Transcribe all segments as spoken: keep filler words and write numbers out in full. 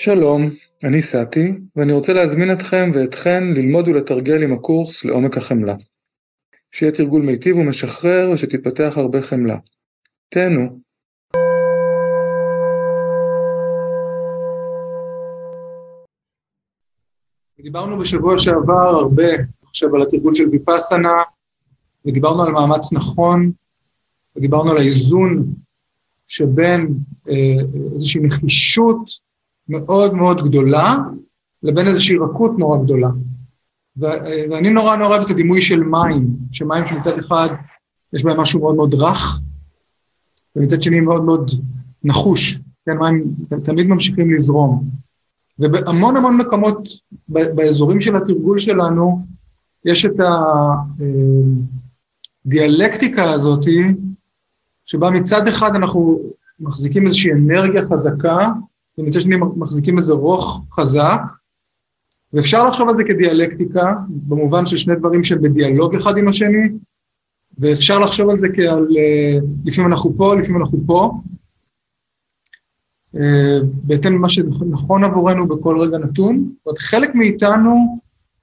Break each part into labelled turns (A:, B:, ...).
A: שלום, אני סאטי, ואני רוצה להזמין אתכם ואתכן ללמוד ולתרגל עם הקורס לעומק החמלה. שיהיה תרגול מיטיב ומשחרר ושתתפתח הרבה חמלה. תהנו. דיברנו בשבוע שעבר הרבה, עכשיו על התרגול של ויפאסנה, ודיברנו על מאמץ נכון, ודיברנו על האיזון שבין אה, איזושהי נחישות, מאוד מאוד גדולה, לבין איזושהי רכות נורא גדולה. ואני נורא נורא אוהב את הדימוי של מים, שמים שמצד אחד יש בהם משהו מאוד מאוד רך, ומצד שני מאוד מאוד נחוש, כן, מים תמיד ממשיכים לזרום. ובהמון המון מקומות באזורים של התרגול שלנו, יש את הדיאלקטיקה הזאת, שבה מצד אחד אנחנו מחזיקים איזושהי אנרגיה חזקה, ומצד שני מחזיקים איזה רוח חזק, ואפשר לחשוב על זה כדיאלקטיקה, במובן של שני דברים שהם בדיאלוג אחד עם השני, ואפשר לחשוב על זה כעל, לפעמים אנחנו פה, לפעמים אנחנו פה, בהתאם למה שנכון עבורנו בכל רגע נתון. זאת אומרת, חלק מאיתנו,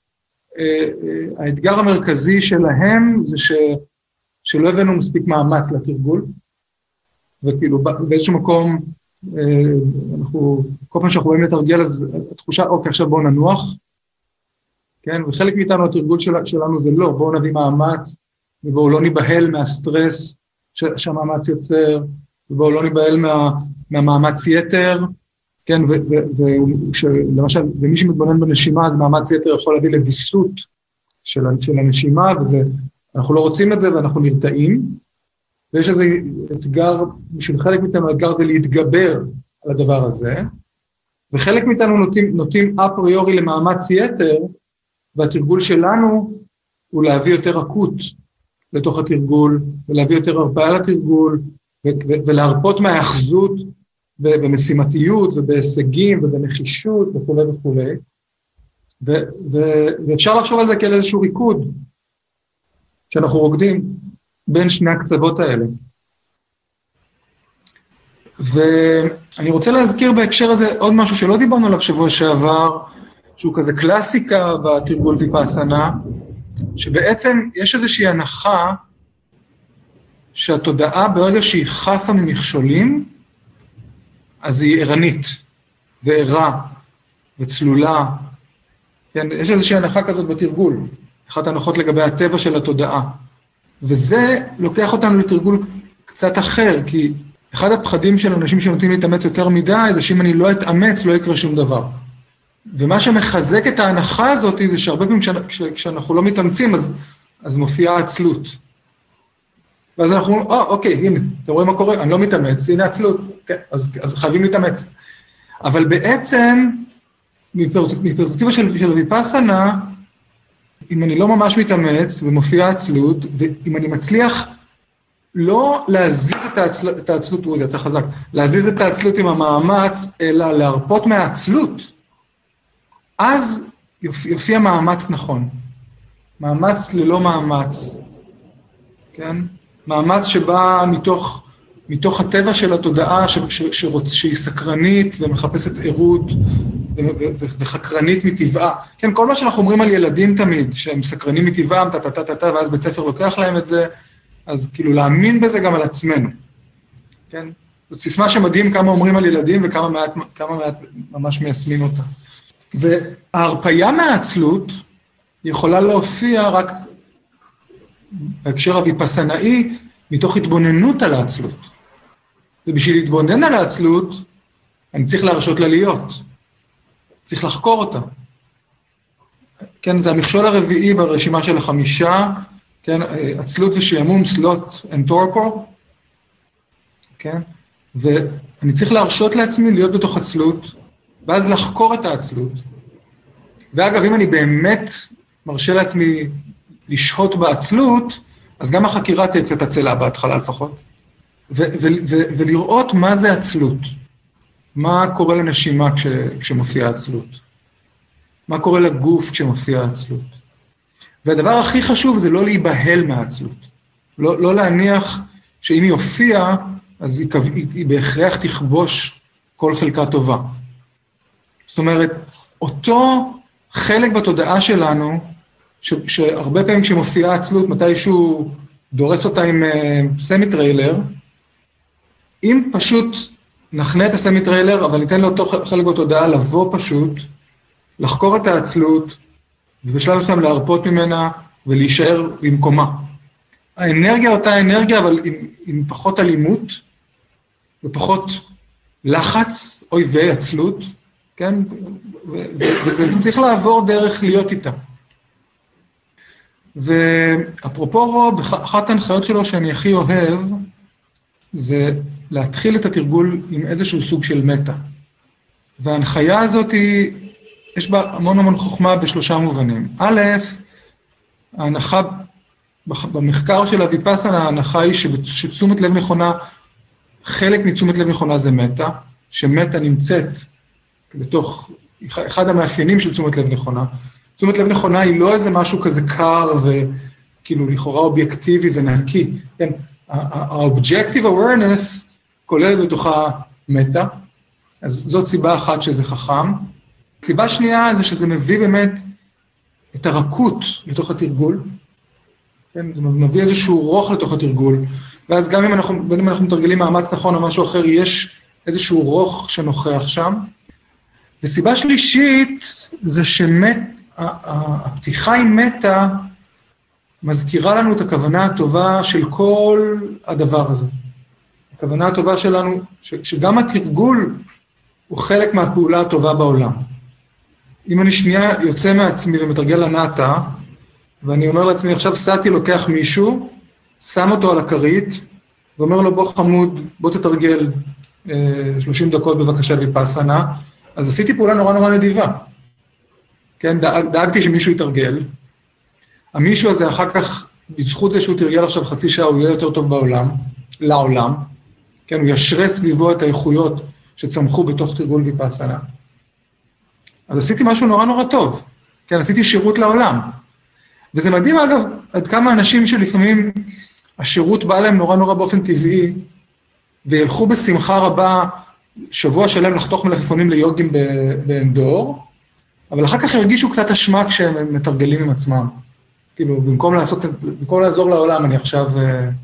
A: האתגר המרכזי שלהם זה ש, שלא הבאנו מספיק מאמץ לתרגול, וכאילו באיזשהו מקום, אנחנו, כל פעם שאנחנו באים לתרגל, אז התחושה, אוקיי, עכשיו בואו ננוח, כן, וחלק מאיתנו התרגול של, שלנו זה לא, בואו נביא מאמץ, ובואו לא ניבהל מהסטרס ש, שהמאמץ יוצר, ובואו לא ניבהל מה, מהמאמץ יתר, כן, ולמשל, ומי שמתבונן בנשימה, אז מאמץ יתר יכול להביא לוויסות של, של הנשימה, וזה, אנחנו לא רוצים את זה ואנחנו נרתעים, ויש איזה אתגר, בשביל חלק מאיתנו האתגר זה להתגבר על הדבר הזה, וחלק מאיתנו נוטים, נוטים אפריורי למאמץ יתר, והתרגול שלנו הוא להביא יותר רכות לתוך התרגול, ולהביא יותר הרפאה לתרגול, ו- ו- ולהרפות מהאחזות, במשימתיות, ובהישגים, ובנחישות, וכו' וכו'. ו- ו- ואפשר לחשוב על זה כאל איזשהו ריקוד, שאנחנו רוקדים, בין שני הקצוות האלה. ואני רוצה להזכיר בהקשר הזה עוד משהו שלא דיברנו עליו שבוע שעבר, שהוא כזה קלאסיקה בתרגול ויפאסנה, שבעצם יש איזושהי הנחה שהתודעה ברגע שהיא חפה ממכשולים, אז היא ערנית וערה וצלולה. כן, יש איזושהי הנחה כזאת בתרגול, אחת ההנחות לגבי הטבע של התודעה. וזה לוקח אותנו לתרגול קצת אחר, כי אחד הפחדים של אנשים שנוטים להתאמץ יותר מדי, זה שאם אני לא אתאמץ, לא יקרה שום דבר. ומה שמחזק את ההנחה הזאת, זה שהרבה פעמים כשאנחנו לא מתאמצים, אז, אז מופיעה עצלות. ואז אנחנו אומרים, או, אוקיי, הנה, אתם רואים מה קורה? אני לא מתאמץ, הנה עצלות, כן, אז, אז חייבים להתאמץ. אבל בעצם, מפרספקטיבה של, של ויפאסנה, אם אני לא ממש מתאמץ ומופיע עצלות, ואם אני מצליח לא להזיז את, העצל, את העצלות, הוא יצא חזק, להזיז את העצלות עם המאמץ, אלא להרפות מהעצלות, אז יופיע, יופיע מאמץ נכון. מאמץ ללא מאמץ. כן? מאמץ שבא מתוך, מתוך הטבע של התודעה, ש, ש, שרוצ, שהיא סקרנית ומחפשת עירות, וחקרנית מטבעה. כן, כל מה שאנחנו אומרים על ילדים תמיד, שהם סקרנים מטבעם, טה-טה-טה-טה, ואז בית ספר לוקח להם את זה, אז כאילו להאמין בזה גם על עצמנו. כן? זאת סיסמה שמדהים כמה אומרים על ילדים, וכמה מעט, כמה מעט ממש מיישמים אותה. וההרפאיה מהעצלות יכולה להופיע רק בהקשר הויפאסנאי, מתוך התבוננות על העצלות. ובשביל להתבונן על העצלות, אני צריך להרשות לה להיות. צריך לחקור אותה. כן, זה המכשול הרביעי ברשימה של החמישה, כן, עצלות ושעמום, סלוט and כן, ואני צריך להרשות לעצמי להיות בתוך עצלות, ואז לחקור את העצלות. ואגב, אם אני באמת מרשה לעצמי לשהות בעצלות, אז גם החקירה תצא את הצלה בהתחלה לפחות, ו- ו- ו- ולראות מה זה עצלות. מה קורה לנשימה כש, כשמופיעה עצלות? מה קורה לגוף כשמופיעה עצלות? והדבר הכי חשוב זה לא להיבהל מהעצלות. לא, לא להניח שאם היא הופיעה, אז היא, היא, היא בהכרח תכבוש כל חלקה טובה. זאת אומרת, אותו חלק בתודעה שלנו, ש, שהרבה פעמים כשמופיעה עצלות, מתישהו דורס אותה עם uh, סמי טריילר, אם פשוט נחנה את הסמי טריילר, אבל ניתן לאותו חלק בתודעה לבוא פשוט, לחקור את העצלות, ובשלב מסוים להרפות ממנה ולהישאר במקומה. האנרגיה אותה אנרגיה, אבל עם, עם פחות אלימות, ופחות לחץ, אוי ואי עצלות, כן? ו- ו- וזה צריך לעבור דרך להיות איתה. ואפרופו רוב, אחת ההנחיות שלו שאני הכי אוהב, זה להתחיל את התרגול עם איזשהו סוג של מטה. וההנחיה הזאת היא, יש בה המון המון חוכמה בשלושה מובנים. א', ההנחה, במחקר של הוויפאסנה, ההנחה היא שתשומת לב נכונה, חלק מתשומת לב נכונה זה מטה, שמטה נמצאת בתוך, אחד המאפיינים של תשומת לב נכונה. תשומת לב נכונה היא לא איזה משהו כזה קר וכאילו לכאורה אובייקטיבי ונקי. כן, ה-objective awareness כוללת בתוכה מטה, אז זאת סיבה אחת שזה חכם. סיבה שנייה זה שזה מביא באמת את הרכות לתוך התרגול, כן, זה מביא איזשהו רוח לתוך התרגול, ואז גם אם אנחנו, בין אם אנחנו מתרגלים מאמץ נכון או משהו אחר, יש איזשהו רוח שנוכח שם. וסיבה שלישית זה שמת, הפתיחה עם מטה מזכירה לנו את הכוונה הטובה של כל הדבר הזה. הכוונה הטובה שלנו, שגם התרגול הוא חלק מהפעולה הטובה בעולם. אם אני שנייה יוצא מעצמי ומתרגל לנטה, ואני אומר לעצמי, עכשיו סאטי לוקח מישהו, שם אותו על הכרית, ואומר לו, בוא חמוד, בוא תתרגל שלושים דקות בבקשה ויפאסנה, אז עשיתי פעולה נורא נורא נדיבה. כן, דאג, דאגתי שמישהו יתרגל. המישהו הזה אחר כך, בזכות זה שהוא תרגל עכשיו חצי שעה, הוא יהיה יותר טוב בעולם, לעולם. כן, הוא ישרה סביבו את האיכויות שצמחו בתוך תרגול ויפאסנה. אז עשיתי משהו נורא נורא טוב. כן, עשיתי שירות לעולם. וזה מדהים אגב, עד כמה אנשים שלפעמים השירות בא להם נורא נורא באופן טבעי, וילכו בשמחה רבה שבוע שלם לחתוך מלפפונים ליוגים באנדור, אבל אחר כך הרגישו קצת אשמה כשהם מתרגלים עם עצמם. כאילו, במקום לעשות, במקום לעזור לעולם, אני עכשיו uh,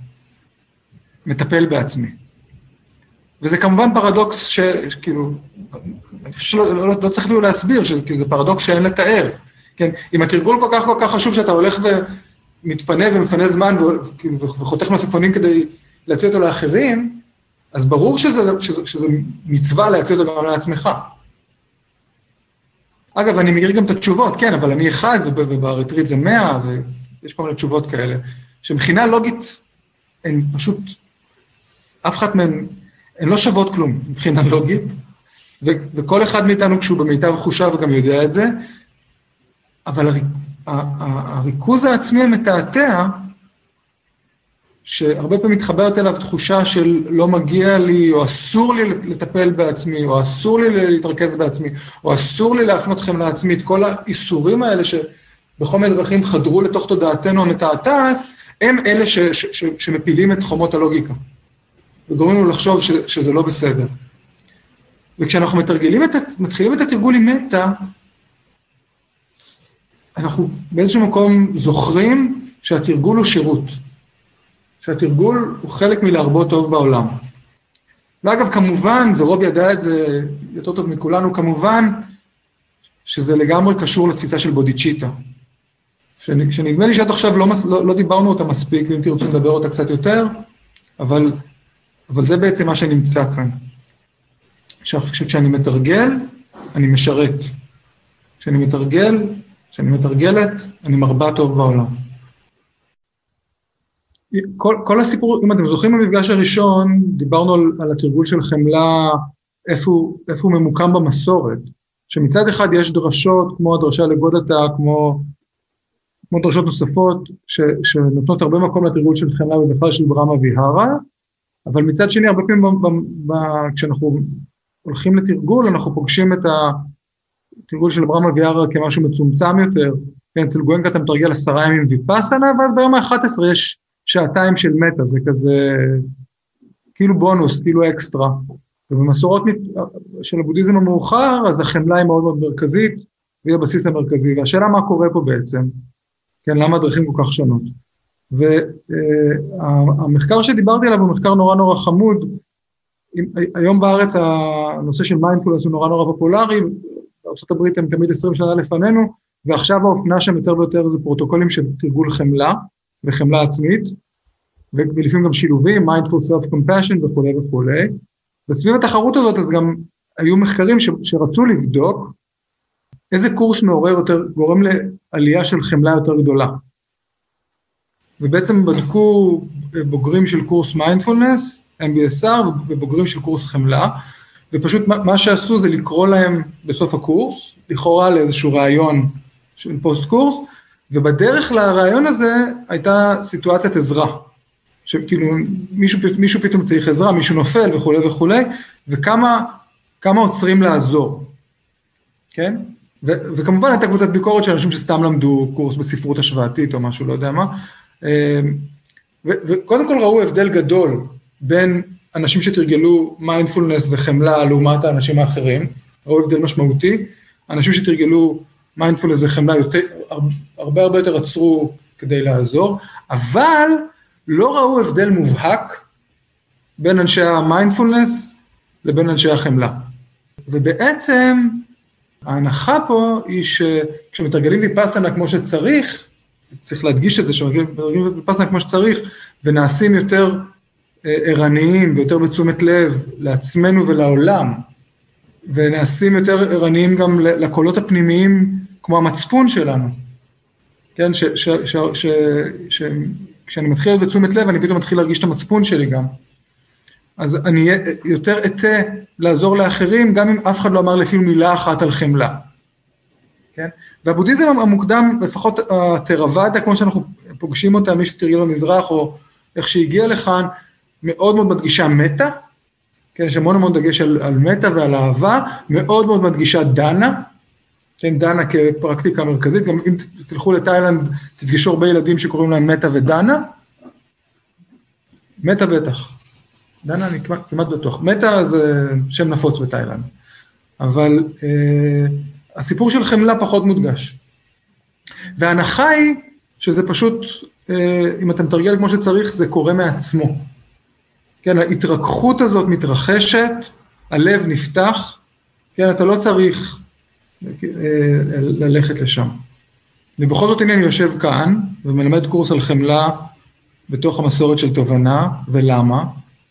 A: מטפל בעצמי. וזה כמובן פרדוקס ש, שכאילו, שלא, לא, לא צריך אפילו להסביר, שזה פרדוקס שאין לתאר. כן? אם התרגול כל כך כל כך חשוב שאתה הולך ומתפנה ומפנה זמן וחותך מלפפונים כדי להציע אותו לאחרים, אז ברור שזה, שזה, שזה מצווה להציע אותו גם לעצמך. אגב, אני מכיר גם את התשובות, כן, אבל אני אחד, ובריטריט זה מאה, ויש כל מיני תשובות כאלה, שמבחינה לוגית, הן פשוט, אף אחת מהן, הן לא שוות כלום, מבחינה לוגית, ו, וכל אחד מאיתנו, כשהוא במיטב חושיו, גם יודע את זה, אבל הריק, הריכוז העצמי המתעתע, שהרבה פעמים מתחברת אליו תחושה של לא מגיע לי, או אסור לי לטפל בעצמי, או אסור לי להתרכז בעצמי, או אסור לי להפנות אתכם לעצמי, את כל האיסורים האלה שבכל מיני דרכים חדרו לתוך תודעתנו המתעתעת, הם אלה ש, ש, ש, שמפילים את חומות הלוגיקה, וגורמים לנו לחשוב ש, שזה לא בסדר. וכשאנחנו מתרגלים את, מתחילים את התרגול עם מטה, אנחנו באיזשהו מקום זוכרים שהתרגול הוא שירות. שהתרגול הוא חלק מלהרבות טוב בעולם. ואגב, כמובן, ורוב ידע את זה יותר טוב מכולנו, כמובן שזה לגמרי קשור לתפיסה של בודיצ'יטה. שנדמה לי שעד עכשיו לא, לא, לא דיברנו אותה מספיק, ואם תרצו לדבר אותה קצת יותר, אבל, אבל זה בעצם מה שנמצא כאן. שכשאני מתרגל, אני משרת. כשאני מתרגל, כשאני מתרגלת, אני מרבה טוב בעולם. כל, כל הסיפור, אם אתם זוכרים במפגש הראשון, דיברנו על, על התרגול של חמלה, איפה, איפה הוא ממוקם במסורת, שמצד אחד יש דרשות, כמו הדרשה לגודתה, כמו, כמו דרשות נוספות, ש, שנותנות הרבה מקום לתרגול של חמלה, ובכלל של ברמה ויהרה, אבל מצד שני, הרבה פעמים, ב, ב, ב, כשאנחנו הולכים לתרגול, אנחנו פוגשים את התרגול של ברמה ויהרה כמשהו מצומצם יותר, כן, אצל גואנקה אתה מתרגל עשרה ימים ויפאסנה, ואז ביום ה-אחד עשר יש שעתיים של מטה, זה כזה, כאילו בונוס, כאילו אקסטרה. ובמסורות, של הבודהיזם המאוחר, אז החמלה היא מאוד מאוד מרכזית, והיא הבסיס המרכזי, והשאלה מה קורה פה בעצם, כן, למה הדרכים כל כך שונות. והמחקר שדיברתי עליו הוא מחקר נורא נורא חמוד, היום בארץ הנושא של מיינדפולנס הוא נורא נורא פופולרי, בארצות הברית הם תמיד עשרים שנה לפנינו, ועכשיו האופנה שם יותר ויותר זה פרוטוקולים של תרגול חמלה, וחמלה עצמית, ולפעמים גם שילובים, mindful self-compassion וכו' וכו'. וסביב התחרות הזאת אז גם היו מחקרים ש, שרצו לבדוק, איזה קורס מעורר יותר, גורם לעלייה של חמלה יותר גדולה. ובעצם בדקו בוגרים של קורס מיינדפולנס, אם בי אס אר, ובוגרים של קורס חמלה, ופשוט מה שעשו זה לקרוא להם בסוף הקורס, לכאורה לאיזשהו רעיון של פוסט קורס, ובדרך לרעיון הזה הייתה סיטואציית עזרה, שכאילו מישהו, מישהו פתאום צריך עזרה, מישהו נופל וכו' וכו', וכמה כמה עוצרים לעזור, כן? ו, וכמובן הייתה קבוצת ביקורת של אנשים שסתם למדו קורס בספרות השוואתית או משהו, לא יודע מה, ו, וקודם כל ראו הבדל גדול בין אנשים שתרגלו מיינדפולנס וחמלה לעומת האנשים האחרים, ראו הבדל משמעותי, אנשים שתרגלו מיינדפולנס וחמלה יותר, הרבה הרבה יותר עצרו כדי לעזור, אבל לא ראו הבדל מובהק בין אנשי המיינדפולנס לבין אנשי החמלה. ובעצם ההנחה פה היא שכשמתרגלים ויפאסנה כמו שצריך, צריך להדגיש את זה, שמתרגלים ויפאסנה כמו שצריך, ונעשים יותר ערניים ויותר בתשומת לב לעצמנו ולעולם, ונעשים יותר ערניים גם לקולות הפנימיים כמו המצפון שלנו. כן, ש, ש, ש, ש, ש, כשאני מתחיל בתשומת לב, אני פתאום מתחיל להרגיש את המצפון שלי גם. אז אני יותר אצא לעזור לאחרים, גם אם אף אחד לא אמר לפי מילה אחת על חמלה. כן? והבודהיזם המוקדם, לפחות התרוואדה, כמו שאנחנו פוגשים אותה, מי שתרגל במזרח, או איך שהגיע לכאן, מאוד מאוד מדגישה מטה, כן, יש המון המון דגש על, על מטה ועל אהבה, מאוד מאוד מדגישה דנה, כן, דנה כפרקטיקה מרכזית, גם אם תלכו לתאילנד, תפגשו הרבה ילדים שקוראים להם מטה ודנה, מטה בטח, דנה אני כמעט, כמעט בטוח, מטה זה שם נפוץ בתאילנד, אבל אה, הסיפור של חמלה פחות מודגש, וההנחה היא שזה פשוט, אה, אם אתה מתרגל כמו שצריך, זה קורה מעצמו, כן, ההתרככות הזאת מתרחשת, הלב נפתח, כן, אתה לא צריך ללכת לשם. ובכל זאת הנה אני יושב כאן, ומלמד קורס על חמלה, בתוך המסורת של תובנה, ולמה?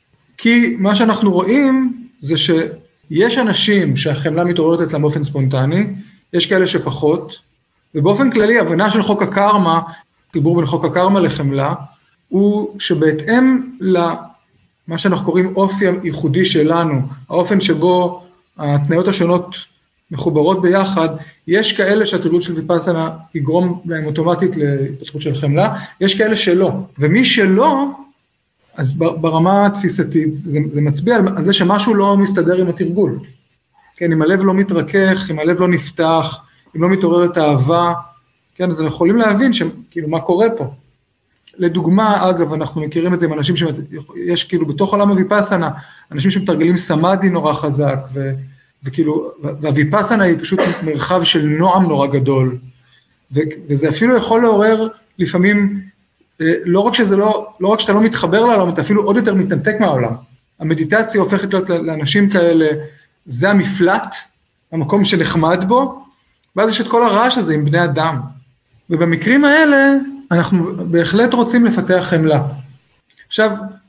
A: כי מה שאנחנו רואים, זה שיש אנשים שהחמלה מתעוררת אצלם באופן ספונטני, יש כאלה שפחות, ובאופן כללי, הבנה של חוק הקרמה, חיבור בין חוק הקרמה לחמלה, הוא שבהתאם ל... מה שאנחנו קוראים אופי ייחודי שלנו, האופן שבו התניות השונות מחוברות ביחד, יש כאלה שהתרגול של ויפאסנה יגרום להם אוטומטית להתפתחות של חמלה, יש כאלה שלא, ומי שלא, אז ברמה התפיסתית, זה, זה מצביע על זה שמשהו לא מסתדר עם התרגול, כן, אם הלב לא מתרכך, אם הלב לא נפתח, אם לא מתעוררת אהבה, כן, אז אנחנו יכולים להבין שכאילו מה קורה פה, לדוגמה, אגב, אנחנו מכירים את זה עם אנשים שיש כאילו בתוך עולם הויפאסנה, אנשים שמתרגלים סמאדי נורא חזק, ו, וכאילו, והויפאסנה היא פשוט מרחב של נועם נורא גדול, ו, וזה אפילו יכול לעורר לפעמים, לא רק שזה לא, לא רק שאתה לא מתחבר לעולם, אתה אפילו עוד יותר מתנתק מהעולם. המדיטציה הופכת להיות לאנשים כאלה, זה המפלט, המקום שנחמד בו, ואז יש את כל הרעש הזה עם בני אדם. ובמקרים האלה, אנחנו בהחלט רוצים לפתח חמלה. עכשיו,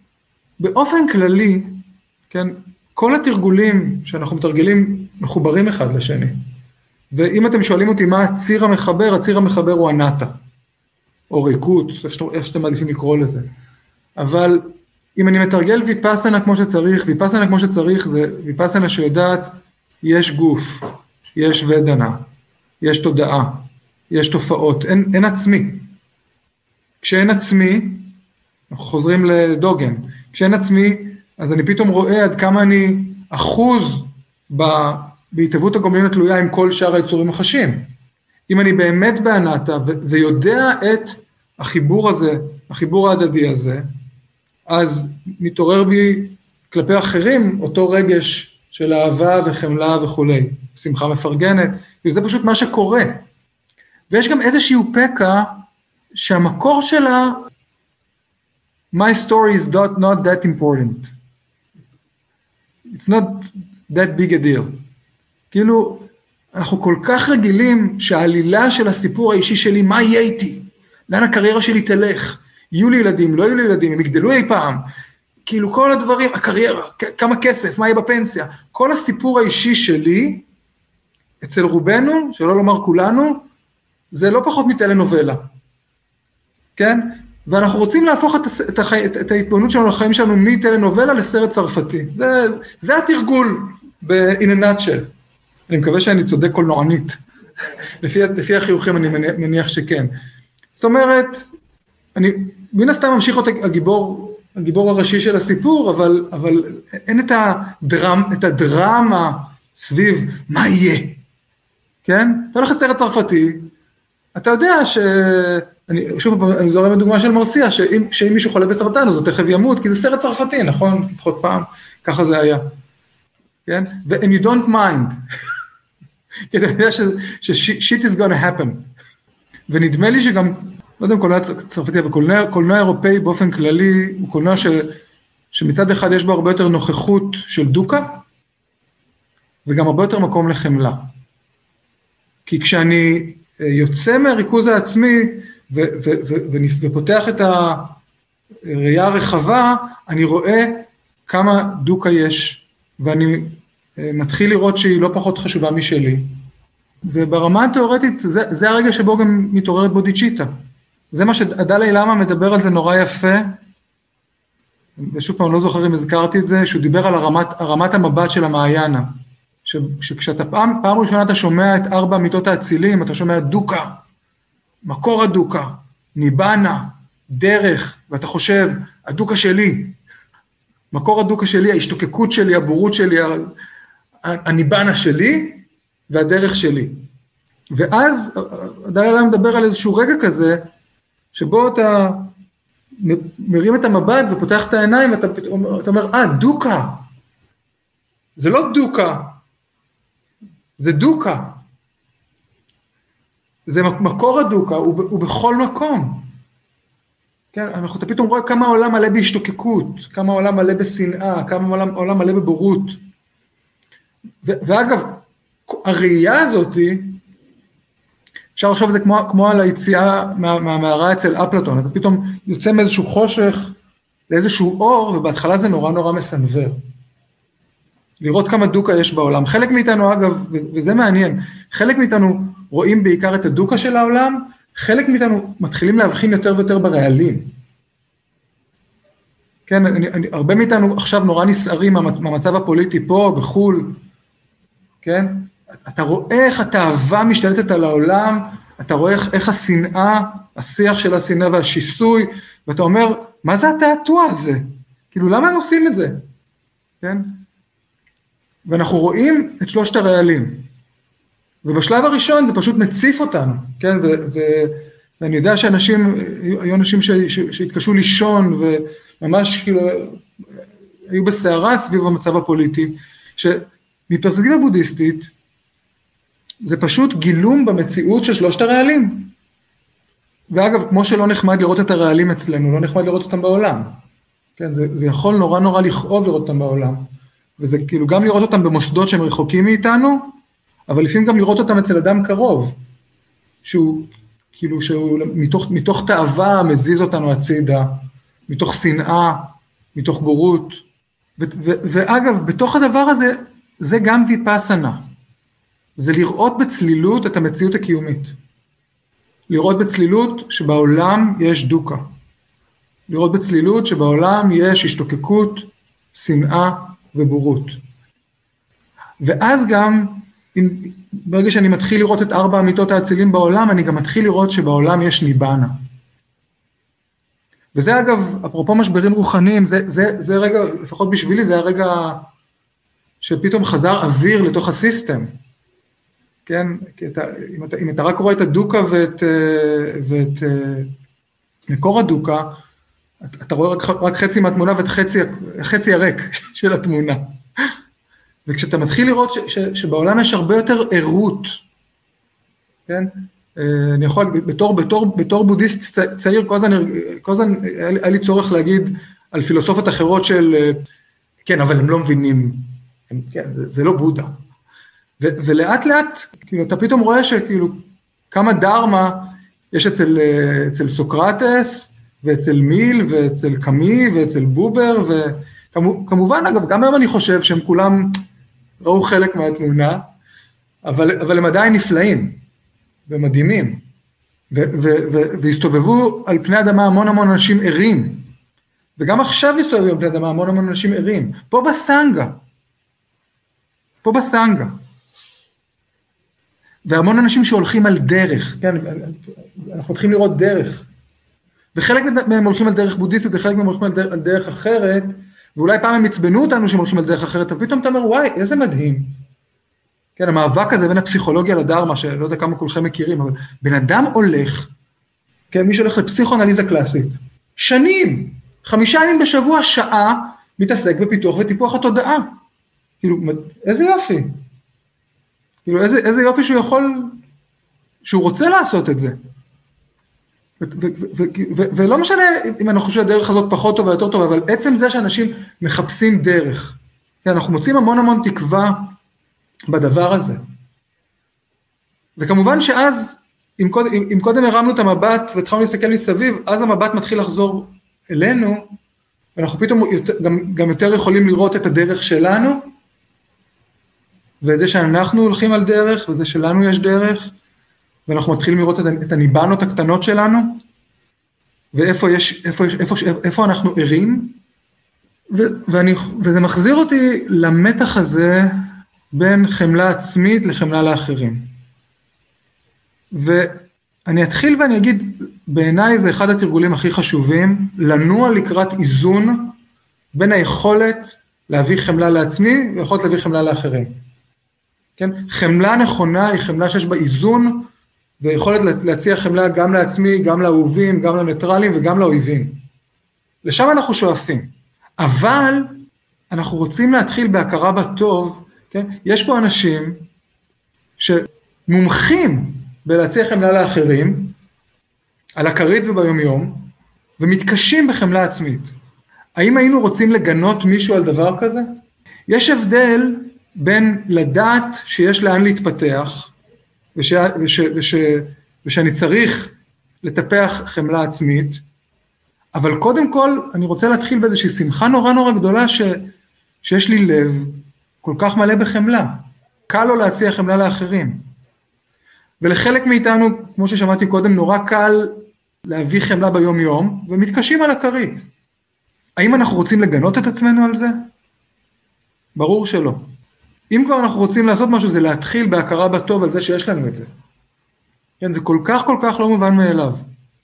A: באופן כללי, כן, כל התרגולים שאנחנו מתרגלים מחוברים אחד לשני. ואם אתם שואלים אותי מה הציר המחבר, הציר המחבר הוא הנאטה, או ריקות, איך שאתם מעדיפים לקרוא לזה. אבל אם אני מתרגל ויפאסנה כמו שצריך, ויפאסנה כמו שצריך זה ויפאסנה שיודעת, יש גוף, יש ודנה, יש תודעה, יש תופעות, אין, אין עצמי. כשאין עצמי, אנחנו חוזרים לדוגן, כשאין עצמי, אז אני פתאום רואה עד כמה אני אחוז בהתהוות הגומלין התלויה עם כל שאר היצורים החשים. אם אני באמת בענתה ו- ויודע את החיבור הזה, החיבור ההדדי הזה, אז מתעורר בי כלפי אחרים אותו רגש של אהבה וחמלה וכולי, שמחה מפרגנת, וזה פשוט מה שקורה. ויש גם איזשהו פקע, שהמקור שלה, my story is not, not that important. It's not that big a deal. כאילו, אנחנו כל כך רגילים שהעלילה של הסיפור האישי שלי, מה יהיה איתי? לאן הקריירה שלי תלך? יהיו לי ילדים, לא יהיו לי ילדים, הם יגדלו אי פעם. כאילו כל הדברים, הקריירה, כמה כסף, מה יהיה בפנסיה? כל הסיפור האישי שלי, אצל רובנו, שלא לומר כולנו, זה לא פחות מטלנובלה. כן? ואנחנו רוצים להפוך את, את, החי, את, את ההתבוננות שלנו לחיים שלנו מטלנובלה לסרט צרפתי. זה, זה התרגול ב-in a nutshell. אני מקווה שאני צודק קולנוענית. לפי, לפי החיוכים אני מניח, מניח שכן. זאת אומרת, אני מן הסתם ממשיך את הגיבור, הגיבור הראשי של הסיפור, אבל, אבל אין את הדרמה, את הדרמה סביב מה יהיה. כן? אתה הולך לסרט צרפתי, אתה יודע ש... אני, שוב, אני זורם לדוגמה של מרסיה, שאם, שאם מישהו חולה בסרטן, אז הוא תכף ימות, כי זה סרט צרפתי, נכון? לפחות פעם, ככה זה היה. כן? ו- and you don't mind. כי אתה יודע ש-shit is gonna happen. ונדמה לי שגם, לא יודע אם קולנוע צרפתי, אבל קולנוע, קולנוע אירופאי באופן כללי, הוא קולנוע ש, שמצד אחד יש בו הרבה יותר נוכחות של דוקה, וגם הרבה יותר מקום לחמלה. כי כשאני יוצא מהריכוז העצמי, ו, ו, ו, ו, ופותח את הראייה הרחבה, אני רואה כמה דוקה יש, ואני מתחיל לראות שהיא לא פחות חשובה משלי, וברמה התיאורטית, זה, זה הרגע שבו גם מתעוררת בודיצ'יטה. זה מה שהדלי למה מדבר על זה נורא יפה, ושוב פעם לא זוכר אם הזכרתי את זה, שהוא דיבר על הרמת, הרמת המבט של המעיינה, ש, שכשאתה פעם, פעם ראשונה אתה שומע את ארבע מיטות האצילים, אתה שומע דוקה, מקור הדוקה, ניבנה, דרך, ואתה חושב, הדוקה שלי, מקור הדוקה שלי, ההשתוקקות שלי, הבורות שלי, הניבנה שלי, והדרך שלי. ואז, דלי למה מדבר על איזשהו רגע כזה, שבו אתה מרים את המבט ופותח את העיניים, ואתה אתה אומר, אה, דוקה. זה לא דוקה, זה דוקה. זה מקור הדוקה, הוא, הוא בכל מקום. כן, אנחנו פתאום רואים כמה העולם מלא בהשתוקקות, כמה העולם מלא בשנאה, כמה העולם, העולם מלא בבורות. ו, ואגב, הראייה הזאת, אפשר לחשוב על זה כמו, כמו על היציאה מה, מהמערה אצל אפלטון, אתה פתאום יוצא מאיזשהו חושך לאיזשהו אור, ובהתחלה זה נורא נורא מסנבר. לראות כמה דוקה יש בעולם. חלק מאיתנו, אגב, וזה מעניין, חלק מאיתנו רואים בעיקר את הדוקה של העולם, חלק מאיתנו מתחילים להבחין יותר ויותר ברעלים. כן, אני, אני, הרבה מאיתנו עכשיו נורא נסערים מהמצב הפוליטי פה, בחול, כן? אתה רואה איך התאווה משתלטת על העולם, אתה רואה איך, איך השנאה, השיח של השנאה והשיסוי, ואתה אומר, מה זה התעתוע הזה? כאילו, למה הם עושים את זה? כן? ואנחנו רואים את שלושת הרעלים, ובשלב הראשון זה פשוט מציף אותנו, כן? ו, ו, ואני יודע שאנשים, היו אנשים ש, ש, שהתקשו לישון, וממש כאילו, היו בסערה סביב המצב הפוליטי, שמפרספקטיבה בודהיסטית, זה פשוט גילום במציאות של שלושת הרעלים. ואגב, כמו שלא נחמד לראות את הרעלים אצלנו, לא נחמד לראות אותם בעולם. כן, זה, זה יכול נורא נורא לכאוב לראות אותם בעולם. וזה כאילו גם לראות אותם במוסדות שהם רחוקים מאיתנו, אבל לפעמים גם לראות אותם אצל אדם קרוב, שהוא כאילו שהוא מתוך, מתוך תאווה מזיז אותנו הצידה, מתוך שנאה, מתוך בורות. ו, ו, ואגב, בתוך הדבר הזה, זה גם ויפאסנה. זה לראות בצלילות את המציאות הקיומית. לראות בצלילות שבעולם יש דוקה. לראות בצלילות שבעולם יש השתוקקות, שנאה ובורות. ואז גם, ברגע שאני מתחיל לראות את ארבע אמיתות האצילים בעולם, אני גם מתחיל לראות שבעולם יש ניבנה. וזה אגב, אפרופו משברים רוחניים, זה, זה, זה רגע, לפחות בשבילי, זה הרגע שפתאום חזר אוויר לתוך הסיסטם. כן, כי אתה, אם, אתה, אם אתה רק רואה את הדוקה ואת, ואת מקור הדוקה, אתה רואה רק, רק חצי מהתמונה ואת חצי, חצי הריק של התמונה. וכשאתה מתחיל לראות ש, ש, שבעולם יש הרבה יותר עירות, כן? אני יכול, בתור, בתור, בתור בודהיסט צעיר, כל הזמן, כל הזמן היה לי צורך להגיד על פילוסופיות אחרות של, כן, אבל הם לא מבינים, הם, כן, זה לא בודה. ו, ולאט לאט, כאילו, אתה פתאום רואה שכאילו, כמה דרמה יש אצל, אצל סוקרטס, ואצל מיל, ואצל קמי, ואצל בובר, וכמובן, אגב, גם היום אני חושב שהם כולם ראו חלק מהתמונה, אבל, אבל הם עדיין נפלאים, ומדהימים, ו, ו, ו, והסתובבו על פני אדמה המון המון אנשים ערים, וגם עכשיו הסתובבו על פני אדמה המון המון אנשים ערים, פה בסנגה, פה בסנגה, והמון אנשים שהולכים על דרך, כן, אנחנו הולכים לראות דרך, וחלק מהם הולכים על דרך בודהיסטית, וחלק מהם הולכים על דרך, על דרך אחרת, ואולי פעם הם הצבנו אותנו שהם הולכים על דרך אחרת, ופתאום אתה אומר, וואי, איזה מדהים. כן, המאבק הזה בין הפסיכולוגיה לדרמה, שלא יודע כמה כולכם מכירים, אבל בן אדם הולך, כן, מי שהולך לפסיכואנליזה קלאסית, שנים, חמישה ימים בשבוע, שעה, מתעסק בפיתוח וטיפוח התודעה. כאילו, איזה יופי. כאילו, איזה, איזה יופי שהוא יכול, שהוא רוצה לעשות את זה. ו- ו- ו- ו- ולא משנה אם אני חושב שהדרך הזאת פחות טובה, יותר טובה, אבל עצם זה שאנשים מחפשים דרך. כן, אנחנו מוצאים המון המון תקווה בדבר הזה. וכמובן שאז, אם קודם, אם קודם הרמנו את המבט והתחלנו להסתכל מסביב, אז המבט מתחיל לחזור אלינו, ואנחנו פתאום יותר, גם, גם יותר יכולים לראות את הדרך שלנו, ואת זה שאנחנו הולכים על דרך, וזה שלנו יש דרך, ואנחנו מתחילים לראות את הניבנות הקטנות שלנו, ואיפה יש, איפה, איפה, איפה אנחנו ערים, ו, ואני, וזה מחזיר אותי למתח הזה, בין חמלה עצמית לחמלה לאחרים. ואני אתחיל ואני אגיד, בעיניי זה אחד התרגולים הכי חשובים, לנוע לקראת איזון, בין היכולת להביא חמלה לעצמי, ויכולת להביא חמלה לאחרים. כן? חמלה נכונה היא חמלה שיש בה איזון, ויכולת להציע חמלה גם לעצמי, גם לאהובים, גם לניטרלים וגם לאויבים. לשם אנחנו שואפים. אבל אנחנו רוצים להתחיל בהכרה בטוב, כן? יש פה אנשים שמומחים בלהציע חמלה לאחרים, על הכרית וביומיום, ומתקשים בחמלה עצמית. האם היינו רוצים לגנות מישהו על דבר כזה? יש הבדל בין לדעת שיש לאן להתפתח, וש, וש, וש, ושאני צריך לטפח חמלה עצמית, אבל קודם כל אני רוצה להתחיל באיזושהי שמחה נורא נורא גדולה ש, שיש לי לב כל כך מלא בחמלה. קל לו להציע חמלה לאחרים. ולחלק מאיתנו, כמו ששמעתי קודם, נורא קל להביא חמלה ביום יום, ומתקשים על הכרית. האם אנחנו רוצים לגנות את עצמנו על זה? ברור שלא. אם כבר אנחנו רוצים לעשות משהו, זה להתחיל בהכרה בטוב על זה שיש לנו את זה. כן, זה כל כך כל כך לא מובן מאליו.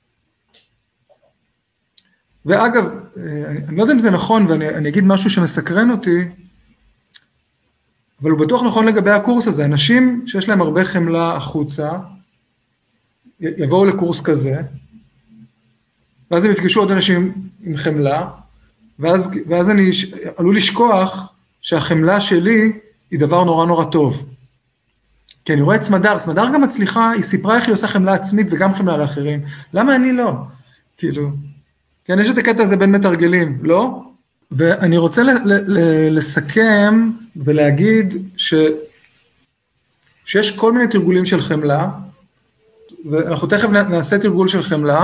A: ואגב, אני, אני לא יודע אם זה נכון, ואני אני אגיד משהו שמסקרן אותי, אבל הוא בטוח נכון לגבי הקורס הזה. אנשים שיש להם הרבה חמלה החוצה, יבואו לקורס כזה, ואז הם יפגשו עוד אנשים עם חמלה, ואז, ואז אני עלול לשכוח שהחמלה שלי היא דבר נורא נורא טוב. כי אני רואה את סמדר, סמדר גם מצליחה, היא סיפרה איך היא עושה חמלה עצמית וגם חמלה לאחרים. למה אני לא? כאילו, כן, יש את הקטע הזה בין מתרגלים, לא? ואני רוצה ל- ל- לסכם ולהגיד ש... שיש כל מיני תרגולים של חמלה, ואנחנו תכף נעשה תרגול של חמלה,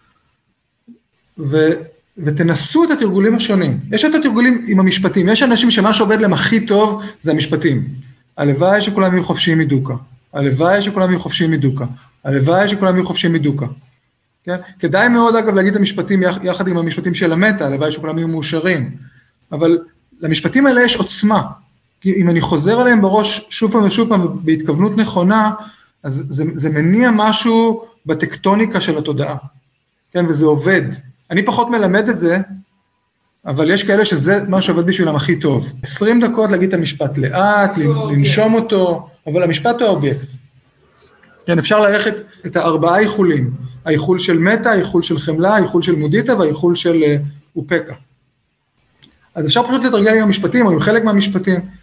A: ו... ותנסו את התרגולים השונים. יש את התרגולים עם המשפטים, יש אנשים שמה שעובד להם הכי טוב זה המשפטים. הלוואי שכולם יהיו חופשיים מדוקה, הלוואי שכולם יהיו חופשיים מדוקה, הלוואי שכולם יהיו חופשיים מדוקה. כן? כדאי מאוד אגב להגיד את המשפטים יחד עם המשפטים של המטה, הלוואי שכולם יהיו מאושרים. אבל למשפטים האלה יש עוצמה. כי אם אני חוזר עליהם בראש שוב פעם ושוב פעם בהתכוונות נכונה, אז זה, זה מניע משהו בטקטוניקה של התודעה. כן? וזה עובד. אני פחות מלמד את זה, אבל יש כאלה שזה מה שעובד בשבילם הכי טוב. עשרים דקות להגיד את המשפט לאט, לנשום אותו, אבל המשפט הוא האובייקט. כן, אפשר ללכת את הארבעה איחולים, האיחול של מטה, האיחול של חמלה, האיחול של מודיטה והאיחול של אופקה. אז אפשר פשוט לתרגל עם המשפטים או עם חלק מהמשפטים.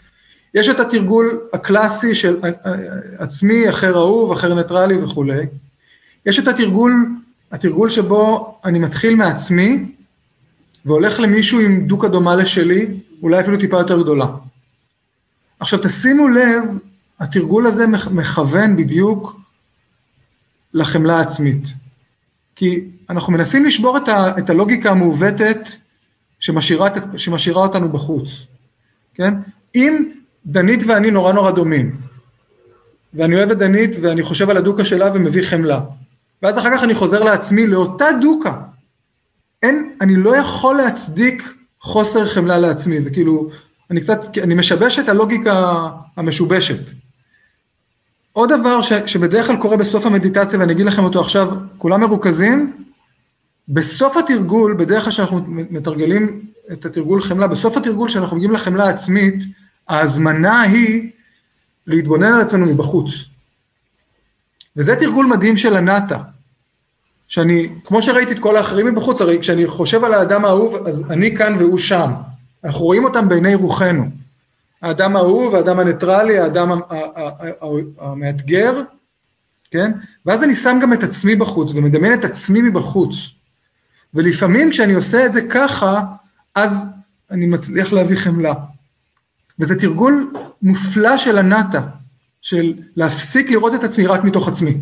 A: יש את התרגול הקלאסי של עצמי, אחר אהוב, אחר ניטרלי וכו'. יש את התרגול, התרגול שבו אני מתחיל מעצמי, והולך למישהו עם דוקה דומה לשלי, אולי אפילו טיפה יותר גדולה. עכשיו תשימו לב, התרגול הזה מכוון בדיוק לחמלה העצמית. כי אנחנו מנסים לשבור את, ה, את הלוגיקה המעוותת שמשאירה, שמשאירה אותנו בחוץ. כן? אם דנית ואני נורא נורא דומים, ואני אוהב את דנית ואני חושב על הדוקה שלה ומביא חמלה, ואז אחר כך אני חוזר לעצמי לאותה דוקה, אין, אני לא יכול להצדיק חוסר חמלה לעצמי, זה כאילו, אני קצת, אני משבש את הלוגיקה המשובשת. עוד דבר ש, שבדרך כלל קורה בסוף המדיטציה, ואני אגיד לכם אותו עכשיו, כולם מרוכזים, בסוף התרגול, בדרך כלל שאנחנו מתרגלים את התרגול חמלה, בסוף התרגול שאנחנו מגיעים לחמלה העצמית, ההזמנה היא להתבונן על עצמנו מבחוץ. וזה תרגול מדהים של הנאטה, שאני, כמו שראיתי את כל האחרים מבחוץ, הרי כשאני חושב על האדם האהוב, אז אני כאן והוא שם. אנחנו רואים אותם בעיני רוחנו. האדם האהוב, האדם הניטרלי, האדם המאתגר, כן? ואז אני שם גם את עצמי בחוץ, ומדמיין את עצמי מבחוץ. ולפעמים כשאני עושה את זה ככה, אז אני מצליח להביא חמלה. וזה תרגול מופלא של הנאטה, של להפסיק לראות את עצמי רק מתוך עצמי,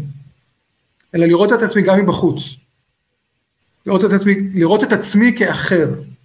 A: אלא לראות את עצמי גם מבחוץ. לראות את עצמי, לראות את עצמי כאחר.